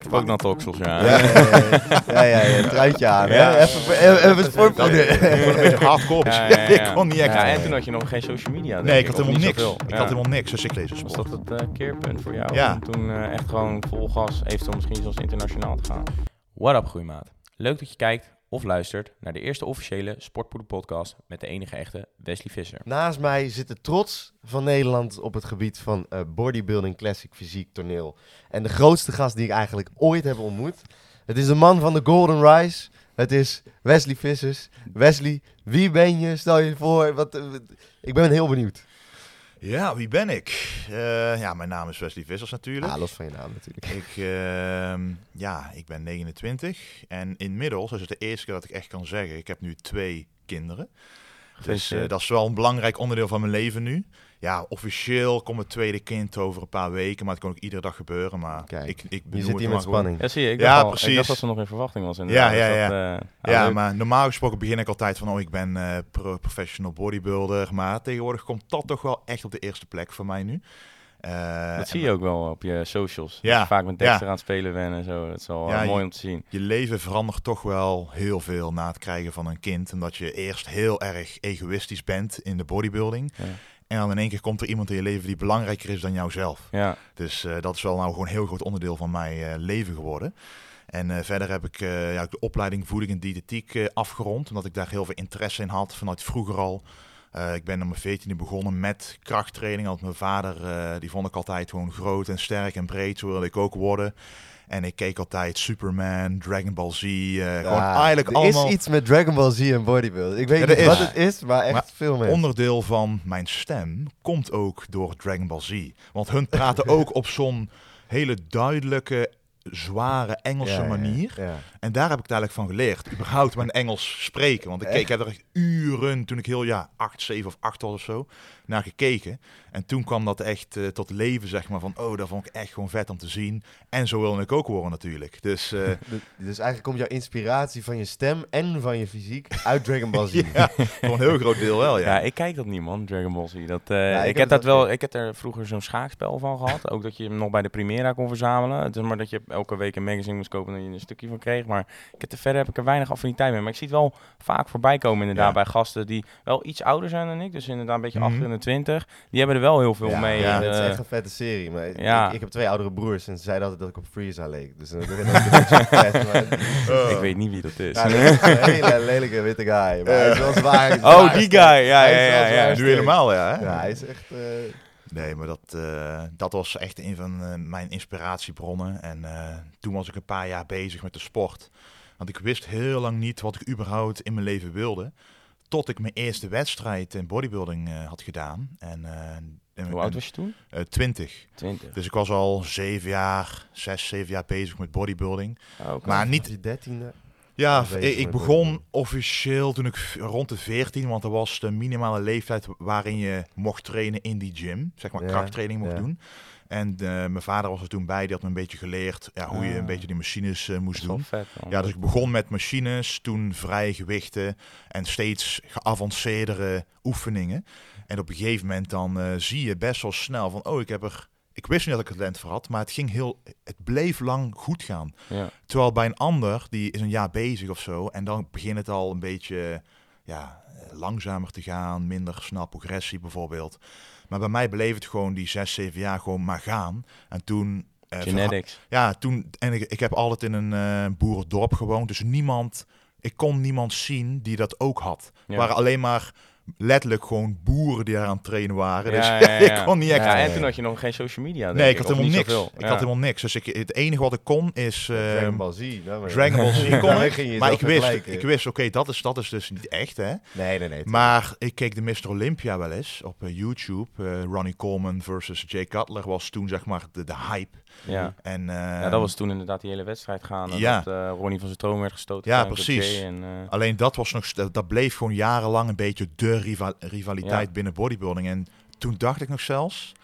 heb ook nog toxels, ja. Ja, truitje aan. Ja. Hè? Even sportproduct. Een beetje hardcore. Ik kon niet echt. Ja, en toen had je nog geen social media. Nee, ik had of helemaal niet niks. zoveel. Ik had helemaal niks, dus ik lees een Was sport. dat het keerpunt voor jou? Ja. Om toen echt gewoon vol gas, eventueel misschien zelfs internationaal te gaan. What up, groeimaat. Leuk dat je kijkt of luistert naar de eerste officiële Sportpoeder podcast met de enige echte Wesley Visser. Naast mij zit de trots van Nederland op het gebied van bodybuilding, classic, fysiek, toneel. En de grootste gast die ik eigenlijk ooit heb ontmoet. Het is de man van de Golden Rise. Het is Wesley Vissers. Wesley, wie ben je? Stel je voor. Ik ben heel benieuwd. Ja, wie ben ik? Mijn naam is Wesley Vissers natuurlijk. Los van je naam natuurlijk. Ik ben 29 en inmiddels is het de eerste keer dat ik echt kan zeggen, ik heb nu 2 kinderen. Dus dat is wel een belangrijk onderdeel van mijn leven nu. Ja, officieel komt het tweede kind over een paar weken, maar het kan ook iedere dag gebeuren. Maar Kijk, ik je zit hier met spanning. Ja, zie je. Ik precies. dacht dat ze nog in verwachting was. Ja, maar normaal gesproken begin ik altijd van, ik ben professional bodybuilder. Maar tegenwoordig komt dat toch wel echt op de eerste plek voor mij nu. Dat zie je ook wel op je socials. Ja, Dat je vaak met Dexter aan het spelen bent en zo. Dat is wel mooi om te zien. Je leven verandert toch wel heel veel na het krijgen van een kind. Omdat je eerst heel erg egoïstisch bent in de bodybuilding. Ja. En dan in één keer komt er iemand in je leven die belangrijker is dan jouzelf. Ja. Dus dat is wel nou gewoon een heel groot onderdeel van mijn leven geworden. En verder heb ik de opleiding voeding en diëtetiek afgerond. Omdat ik daar heel veel interesse in had vanuit vroeger al. Ik ben op mijn 14e begonnen met krachttraining. Want mijn vader, die vond ik altijd gewoon groot en sterk en breed. Zo wilde ik ook worden. En ik keek altijd Superman, Dragon Ball Z. Gewoon eigenlijk er allemaal... is iets met Dragon Ball Z en bodybuilding. Ik weet niet wat het is, maar echt veel meer. Onderdeel van mijn stem komt ook door Dragon Ball Z. Want hun praten ook op zo'n hele duidelijke, zware Engelse manier. Ja. En daar heb ik het eigenlijk van geleerd. Überhaupt mijn Engels spreken. Want ik heb er echt uren, toen ik heel 8, 7 of 8 was of zo, naar gekeken. En toen kwam dat echt tot leven, zeg maar. Van, dat vond ik echt gewoon vet om te zien. En zo wilde ik ook worden natuurlijk. Dus eigenlijk komt jouw inspiratie van je stem en van je fysiek uit Dragon Ball Z. Ja, voor een heel groot deel wel, ja. Ik kijk dat niet, man, Dragon Ball Z. Ik heb er vroeger zo'n schaakspel van gehad. Ook dat je hem nog bij de Primera kon verzamelen. Het is maar dat je elke week een magazine moest kopen en je een stukje van kreeg. Maar verder heb ik er weinig affiniteit mee. Maar ik zie het wel vaak voorbij komen inderdaad bij gasten die wel iets ouder zijn dan ik. Dus inderdaad een beetje 28. Die hebben er wel heel veel mee. Ja, het is echt een vette serie. Maar ik heb 2 oudere broers en ze zeiden altijd dat ik op Frieza leek. Dus ik weet niet wie dat is. Ja, dat is een hele lelijke witte guy. Maar hij is wel zwaar. Die guy. Ja. Nu helemaal, ja. Hè? Ja, hij is echt... Nee, maar dat was echt een van mijn inspiratiebronnen. En toen was ik een paar jaar bezig met de sport. Want ik wist heel lang niet wat ik überhaupt in mijn leven wilde. Tot ik mijn eerste wedstrijd in bodybuilding had gedaan. Hoe oud was je toen? 20. 20. Dus ik was al 6, 7 jaar bezig met bodybuilding. Maar niet... Je 13e? Ja, ik begon officieel toen ik rond de 14, want dat was de minimale leeftijd waarin je mocht trainen in die gym. Zeg maar krachttraining mocht doen. En mijn vader was er toen bij, die had me een beetje geleerd hoe je een beetje die machines moest doen. Vet, ja, dus ik begon met machines, toen vrije gewichten en steeds geavanceerdere oefeningen. En op een gegeven moment dan zie je best wel snel van, ik wist niet dat ik het talent voor had, maar het bleef lang goed gaan. Ja. Terwijl bij een ander, die is een jaar bezig of zo, en dan begint het al een beetje langzamer te gaan, minder snel progressie bijvoorbeeld. Maar bij mij bleef het gewoon die 6, 7 jaar gewoon maar gaan. En toen... Genetics. Ik heb altijd in een boerendorp gewoond, dus ik kon niemand zien die dat ook had. Het waren alleen maar... letterlijk gewoon boeren die daar aan het trainen waren. Dus ik kon niet echt... Ja, en toen had je nog geen social media. Nee, ik had helemaal niks. Ik had helemaal niks. Dus het enige wat ik kon is... Dragon Ball Z. Dragon Ball Z kon ik. Maar ik wist, oké, dat is dus niet echt, hè. Nee. Maar ik keek de Mr. Olympia wel eens op YouTube. Ronnie Coleman versus Jay Cutler was toen, zeg maar, de hype. Ja. En, dat was toen inderdaad die hele wedstrijd gaan. Dat Ronnie van zijn troon werd gestoten. Ja, precies. Alleen dat bleef gewoon jarenlang een beetje de rivaliteit binnen bodybuilding. En toen dacht ik nog zelfs,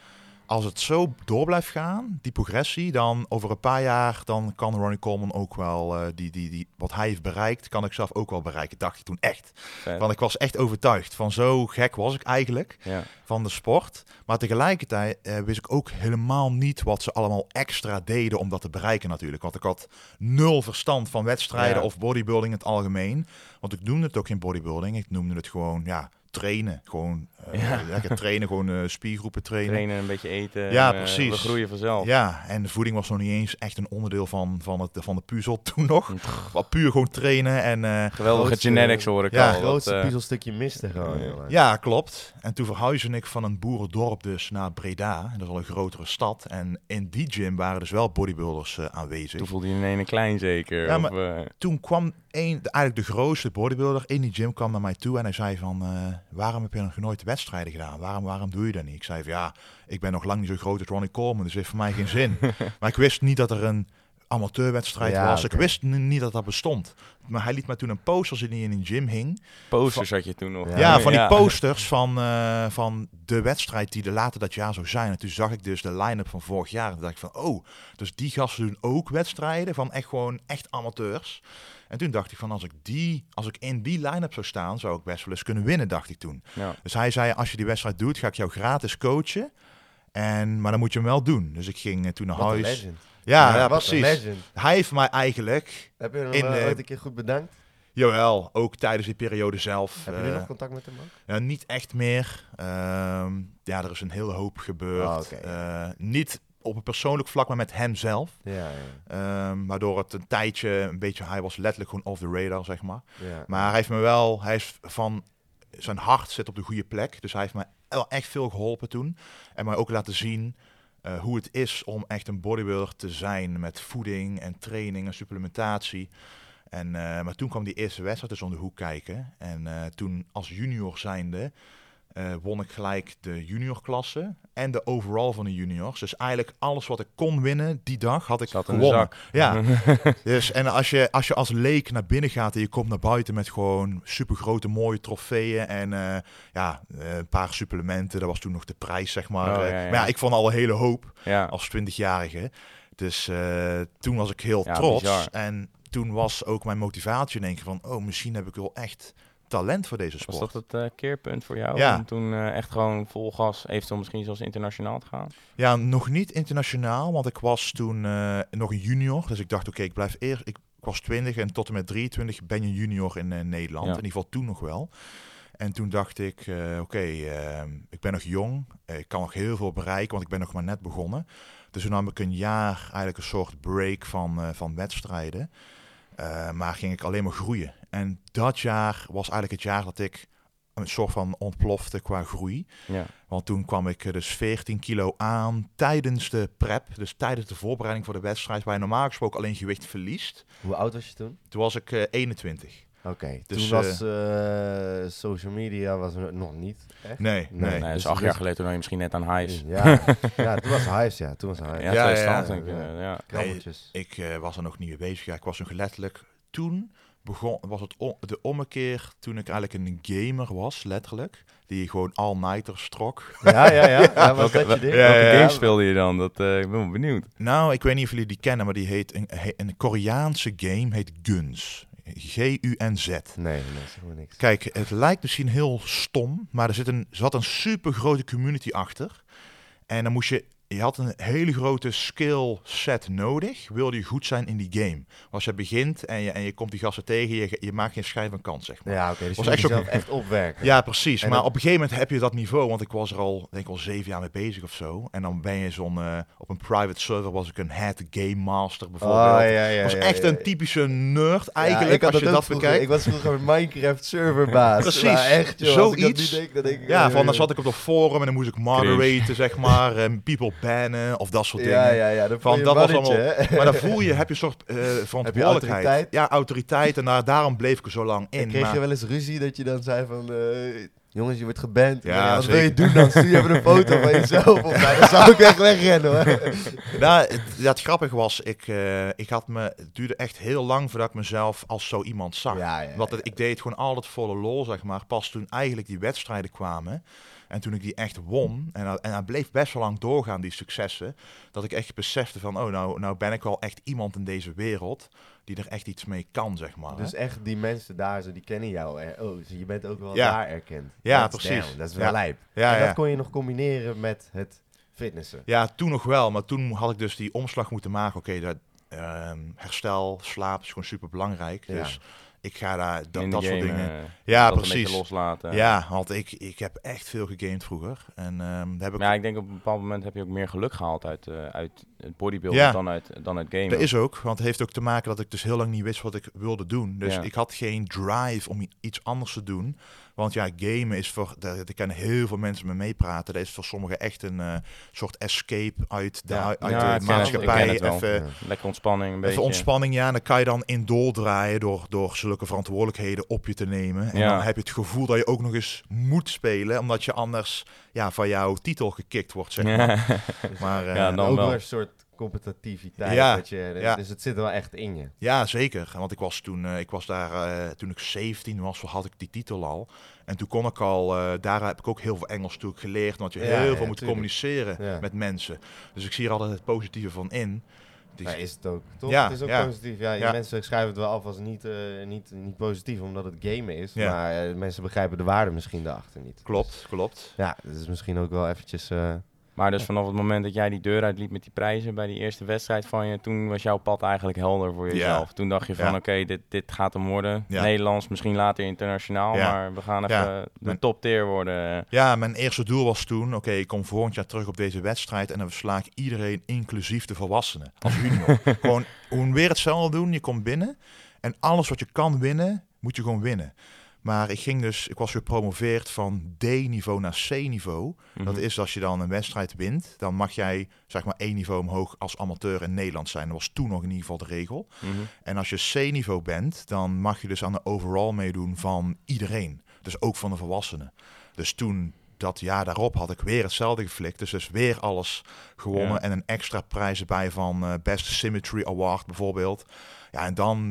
als het zo door blijft gaan, die progressie, dan over een paar jaar, dan kan Ronnie Coleman ook wel, wat hij heeft bereikt, kan ik zelf ook wel bereiken, dacht ik toen echt. Want ik was echt overtuigd, van zo gek was ik eigenlijk, van de sport. Maar tegelijkertijd wist ik ook helemaal niet wat ze allemaal extra deden om dat te bereiken natuurlijk. Want ik had 0 verstand van wedstrijden of bodybuilding in het algemeen. Want ik noemde het ook geen bodybuilding, ik noemde het gewoon, trainen. Gewoon lekker trainen, gewoon spiergroepen trainen. Trainen, een beetje eten. Ja, precies. We groeien vanzelf. Ja, en de voeding was nog niet eens echt een onderdeel van de puzzel toen nog. Wat puur gewoon trainen en... geweldige genetics hoor ik al. Het grootste puzzelstukje miste gewoon. Ja, klopt. En toen verhuisde ik van een boerendorp dus naar Breda. En dat is al een grotere stad. En in die gym waren dus wel bodybuilders aanwezig. Toen voelde je in een klein zeker. Ja, maar toen kwam eigenlijk de grootste bodybuilder in die gym kwam naar mij toe en hij zei van, waarom heb je nog nooit wedstrijden gedaan? Waarom doe je dat niet? Ik zei van, ik ben nog lang niet zo groot als Ronnie Coleman, dus het heeft voor mij geen zin. Maar ik wist niet dat er een amateurwedstrijd was. Okay. Ik wist niet dat dat bestond. Maar hij liet mij toen een poster zien die in een gym hing. Posters had je toen nog. Ja, van die posters van de wedstrijd die er later dat jaar zou zijn. En toen zag ik dus de line-up van vorig jaar. En toen dacht ik van, dus die gasten doen ook wedstrijden van echt amateurs. En toen dacht ik van, als ik in die line-up zou staan, zou ik best wel eens kunnen winnen, dacht ik toen. Ja. Dus hij zei, als je die wedstrijd doet, ga ik jou gratis coachen. Maar dan moet je hem wel doen. Dus ik ging toen naar huis. Legend. Ja, precies. Hij heeft mij eigenlijk... Heb je hem ooit een keer goed bedankt? Jawel, ook tijdens die periode zelf. Heb je nu nog contact met hem ook? Ja, niet echt meer. Er is een hele hoop gebeurd. Niet op een persoonlijk vlak, maar met hem zelf. Waardoor het een tijdje een beetje... Hij was letterlijk gewoon off the radar, zeg maar. Ja. Maar hij heeft me wel... Hij is van... Zijn hart zit op de goede plek. Dus hij heeft me wel echt veel geholpen toen. En mij ook laten zien... hoe het is om echt een bodybuilder te zijn met voeding en training en supplementatie. Maar toen kwam die eerste wedstrijd dus om de hoek kijken. En toen als junior zijnde won ik gelijk de juniorklasse en de overall van de juniors. Dus eigenlijk alles wat ik kon winnen die dag had ik gewonnen. Ja. Dus, en als je als leek naar binnen gaat en je komt naar buiten met gewoon supergrote mooie trofeeën en een paar supplementen. Dat was toen nog de prijs, zeg maar. Maar ik vond al een hele hoop als 20-jarige. Dus toen was ik heel trots. Bizar. En toen was ook mijn motivatie in één keer van, misschien heb ik wel echt talent voor deze sport. Was dat het keerpunt voor jou? Om toen echt gewoon vol gas, eventueel misschien zelfs internationaal te gaan? Ja, nog niet internationaal, want ik was toen nog een junior. Dus ik dacht, ik blijf eerst... Ik was 20 en tot en met 23 ben je junior in Nederland. In ieder geval toen nog wel. En toen dacht ik, ik ben nog jong. Ik kan nog heel veel bereiken, want ik ben nog maar net begonnen. Dus toen nam ik een jaar eigenlijk een soort break van wedstrijden. Maar ging ik alleen maar groeien. En dat jaar was eigenlijk het jaar dat ik een soort van ontplofte qua groei. Ja. Want toen kwam ik dus 14 kilo aan tijdens de prep. Dus tijdens de voorbereiding voor de wedstrijd, waar je normaal gesproken alleen gewicht verliest. Hoe oud was je toen? Toen was ik 21. Oké, dus toen was social media was er nog niet echt? Nee. Dus 8 jaar geleden toen had je misschien net aan Hives. Ja, toen was Hives, Krabbeltjes. Ik was er nog niet mee bezig. Ja, ik was nog letterlijk... Toen was het de ommekeer toen ik eigenlijk een gamer was, letterlijk. Die gewoon all-nighters trok. Ja. Welke game speelde je dan? Ik ben wel benieuwd. Nou, ik weet niet of jullie die kennen, maar die heet een Koreaanse game, heet Guns. G-U-N-Z. Nee, zeg maar niks. Kijk, het lijkt misschien heel stom, maar er zat een super grote community achter. En dan je had een hele grote skill set nodig, wilde je goed zijn in die game. Als je begint en je komt die gasten tegen, je maakt geen schijn van kans, zeg maar. Ja, oké, dus je moet jezelf echt opwerken. Ja, precies. En maar op een gegeven moment heb je dat niveau, want ik was er al, denk ik al 7 jaar mee bezig of zo. En dan ben je op een private server was ik een head game master bijvoorbeeld. Was echt een typische nerd eigenlijk, als je dat bekijkt. Ik was vroeger een Minecraft serverbaas. Precies, maar echt, joh, zoiets. Dan denk ik, dan zat ik op de forum en dan moest ik moderaten, zeg maar, people bannen of dat soort dingen. Ja, dat was allemaal. Maar dan heb je een soort verantwoordelijkheid. Autoriteit en daarom bleef ik er zo lang in. En kreeg je wel eens ruzie dat je dan zei van... jongens, je wordt geband. Ja, wat wil je doen dan? Stuur je even een foto van jezelf op. Dan zou ik echt wegrennen, hoor. Het grappige was, het duurde echt heel lang voordat ik mezelf als zo iemand zag. Want ik deed gewoon altijd volle lol, zeg maar. Pas toen eigenlijk die wedstrijden kwamen, En toen ik die echt won, en hij bleef best wel lang doorgaan, die successen, dat ik echt besefte van, nou ben ik wel echt iemand in deze wereld die er echt iets mee kan, zeg maar. Dus echt die mensen daar, die kennen jou. Dus je bent ook wel Ja. daar erkend. Ja, precies. Damn, dat is wel lijp. Ja, en dat kon je nog combineren met het fitnessen. Ja, toen nog wel. Maar toen had ik dus die omslag moeten maken. Oké, herstel, slaap is gewoon super belangrijk. Ja. Dus ik ga daar dat soort game, dingen. Ja, precies. Een beetje loslaten. Ja, want ik heb echt veel gegamed vroeger. En heb ik... Maar ja, ik denk op een bepaald moment heb je ook meer geluk gehaald uit het bodybuilding dan uit gamen. Dat is ook, want het heeft ook te maken dat ik dus heel lang niet wist wat ik wilde doen. Dus ik had geen drive om iets anders te doen. Want ja, gamen is voor, daar kunnen heel veel mensen mee meepraten. Dat is voor sommigen echt een soort escape uit de maatschappij. Even lekker ontspanning, een beetje. Even ontspanning, ja. En dan kan je dan in doordraaien door zulke verantwoordelijkheden op je te nemen. En dan heb je het gevoel dat je ook nog eens moet spelen, omdat je anders van jouw titel gekikt wordt, zeg maar. Maar dan ook wel een soort competitiviteit. Dus het zit er wel echt in je. Ja, zeker. Want ik was daar toen ik 17 was, had ik die titel al. En toen kon ik al, daar heb ik ook heel veel Engels natuurlijk geleerd, want je heel veel moet communiceren met mensen. Dus ik zie er altijd het positieve van in. Dus, is het ook, toch? Ja, het is ook positief. Mensen schrijven het wel af als niet positief, omdat het gamen is. Ja. Maar mensen begrijpen de waarde misschien daarachter niet. Klopt. Ja, dat is misschien ook wel eventjes... Maar dus vanaf het moment dat jij die deur uitliep met die prijzen bij die eerste wedstrijd van je, toen was jouw pad eigenlijk helder voor jezelf. Toen dacht je van oké, dit gaat hem worden. Nederlands, misschien later internationaal, maar we gaan even de top tier worden. Ja, mijn eerste doel was toen, ik kom volgend jaar terug op deze wedstrijd en dan versla ik iedereen, inclusief de volwassenen, als junior. Gewoon weer hetzelfde doen, je komt binnen en alles wat je kan winnen, moet je gewoon winnen. Maar ik was gepromoveerd van D-niveau naar C-niveau. Mm-hmm. Dat is als je dan een wedstrijd wint, dan mag jij zeg maar 1 niveau omhoog als amateur in Nederland zijn. Dat was toen nog in ieder geval de regel. Mm-hmm. En als je C-niveau bent, dan mag je dus aan de overall meedoen van iedereen. Dus ook van de volwassenen. Dus toen, dat jaar daarop, had ik weer hetzelfde geflikt. Dus weer alles gewonnen en een extra prijs erbij van Best Symmetry Award bijvoorbeeld. Ja, en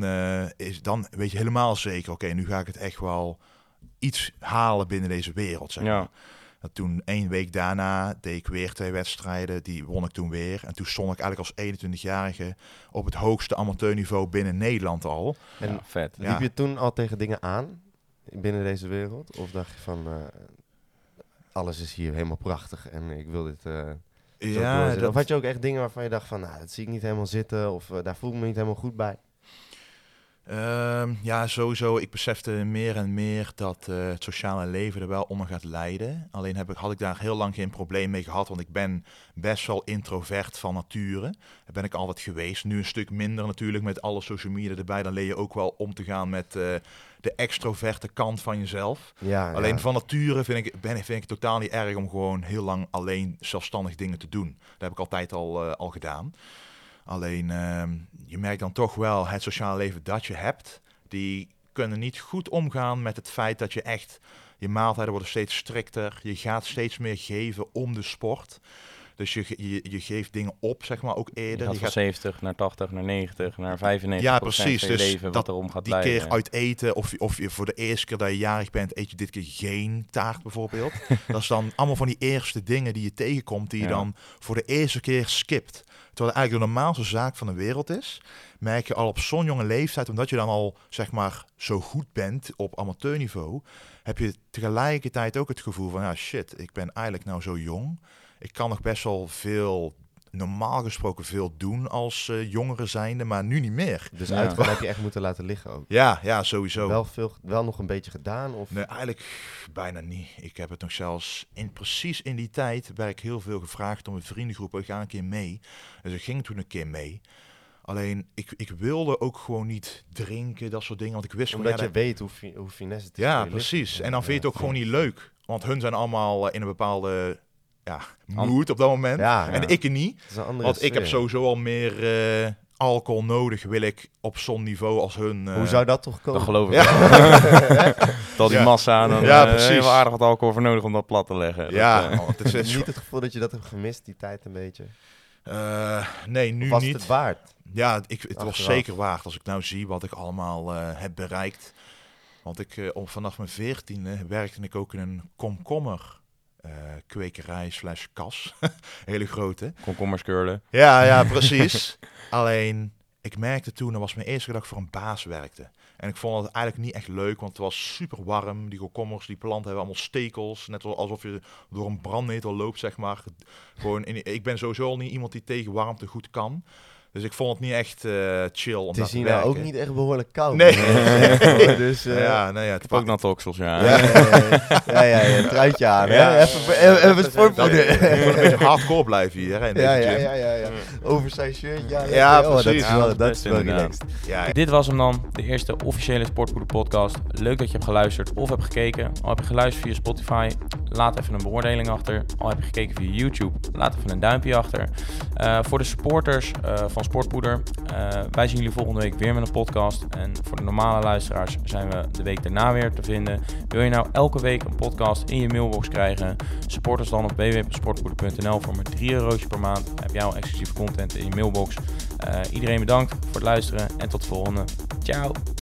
dan weet je helemaal zeker, nu ga ik het echt wel iets halen binnen deze wereld, zeg maar. Ja. Toen 1 week daarna deed ik weer 2 wedstrijden, die won ik toen weer. En toen stond ik eigenlijk als 21-jarige op het hoogste amateurniveau binnen Nederland al. En vet. Liep je toen al tegen dingen aan binnen deze wereld? Of dacht je van, alles is hier helemaal prachtig en ik wil dit... Of had je ook echt dingen waarvan je dacht van, dat zie ik niet helemaal zitten of daar voel ik me niet helemaal goed bij? Sowieso. Ik besefte meer en meer dat het sociale leven er wel onder gaat lijden. Alleen had ik daar heel lang geen probleem mee gehad, want ik ben best wel introvert van nature. Dat ben ik altijd geweest. Nu een stuk minder natuurlijk met alle social media erbij. Dan leer je ook wel om te gaan met de extroverte kant van jezelf. Alleen van nature vind ik totaal niet erg om gewoon heel lang alleen zelfstandig dingen te doen. Dat heb ik altijd al gedaan. Alleen, je merkt dan toch wel het sociale leven dat je hebt. Die kunnen niet goed omgaan met het feit dat je echt... Je maaltijden worden steeds strikter. Je gaat steeds meer geven om de sport. Dus je geeft dingen op, zeg maar, ook eerder. Je gaat van 70 naar 80, naar 90, naar 95% van je leven wat erom gaat die leiden. Die keer uit eten, of je voor de eerste keer dat je jarig bent, eet je dit keer geen taart bijvoorbeeld. Dat is dan allemaal van die eerste dingen die je tegenkomt, die je dan voor de eerste keer skipt. Terwijl het eigenlijk de normaalste zaak van de wereld is, merk je al op zo'n jonge leeftijd, omdat je dan al, zeg maar, zo goed bent op amateurniveau, heb je tegelijkertijd ook het gevoel van, shit, ik ben eigenlijk nou zo jong. Ik kan nog best wel normaal gesproken veel doen als jongere zijnde, maar nu niet meer. Dus uitgaan heb je echt moeten laten liggen ook? Ja, sowieso. Wel nog een beetje gedaan? Of? Nee, eigenlijk bijna niet. Ik heb het nog zelfs precies in die tijd werd ik heel veel gevraagd om een vriendengroep, ik ga een keer mee. Dus ik ging toen een keer mee. Alleen, ik wilde ook gewoon niet drinken, dat soort dingen, want ik wist... Omdat je weet hoe finesse het is. Ja, precies. En dan vind je het ook gewoon niet leuk. Want hun zijn allemaal in een bepaalde... mood op dat moment. En ik niet. Want ik heb sowieso al meer alcohol nodig, wil ik op zo'n niveau als hun. Hoe zou dat toch komen? Dat geloof ik. Tot die massa, dan precies. Heel aardig wat alcohol voor nodig om dat plat te leggen. Het is niet het gevoel dat je dat hebt gemist, die tijd een beetje? Nee, nu was niet. Was het waard? Ja, het was zeker waard. Als ik nou zie wat ik allemaal heb bereikt. Want vanaf mijn 14e werkte ik ook in een komkommer kwekerij / kas. Hele grote. Komkommers curlen. Ja, precies. Alleen, ik merkte toen, dat was mijn eerste dag voor een baas werkte. En ik vond het eigenlijk niet echt leuk, want het was super warm. Die komkommers, die planten hebben allemaal stekels. Net alsof je door een brandnetel loopt, zeg maar. Ik ben sowieso al niet iemand die tegen warmte goed kan. Dus ik vond het niet echt chill om het dat is te hier werken. nou ook niet echt behoorlijk koud. Nee. Dus, ja, ik heb ook natte oksels, ja. Een truitje aan. Ja. Hè? Even sportvoeden. Ik moet een beetje hardcore blijven hier, hè, in deze gym. Ja. Oversized shirt. Ja, precies. precies. Dat is wel relaxed. Ja. Dit was hem dan, de eerste officiële Sportpoeder podcast. Leuk dat je hebt geluisterd of hebt gekeken. Al heb je geluisterd via Spotify, laat even een beoordeling achter. Al heb je gekeken via YouTube, laat even een duimpje achter. Voor de supporters van Sportpoeder, wij zien jullie volgende week weer met een podcast. En voor de normale luisteraars zijn we de week daarna weer te vinden. Wil je nou elke week een podcast in je mailbox krijgen? Support ons dan op www.sportpoeder.nl voor maar €3 per maand. Dan heb jij al exclusieve content in je mailbox. Iedereen bedankt voor het luisteren en tot de volgende. Ciao!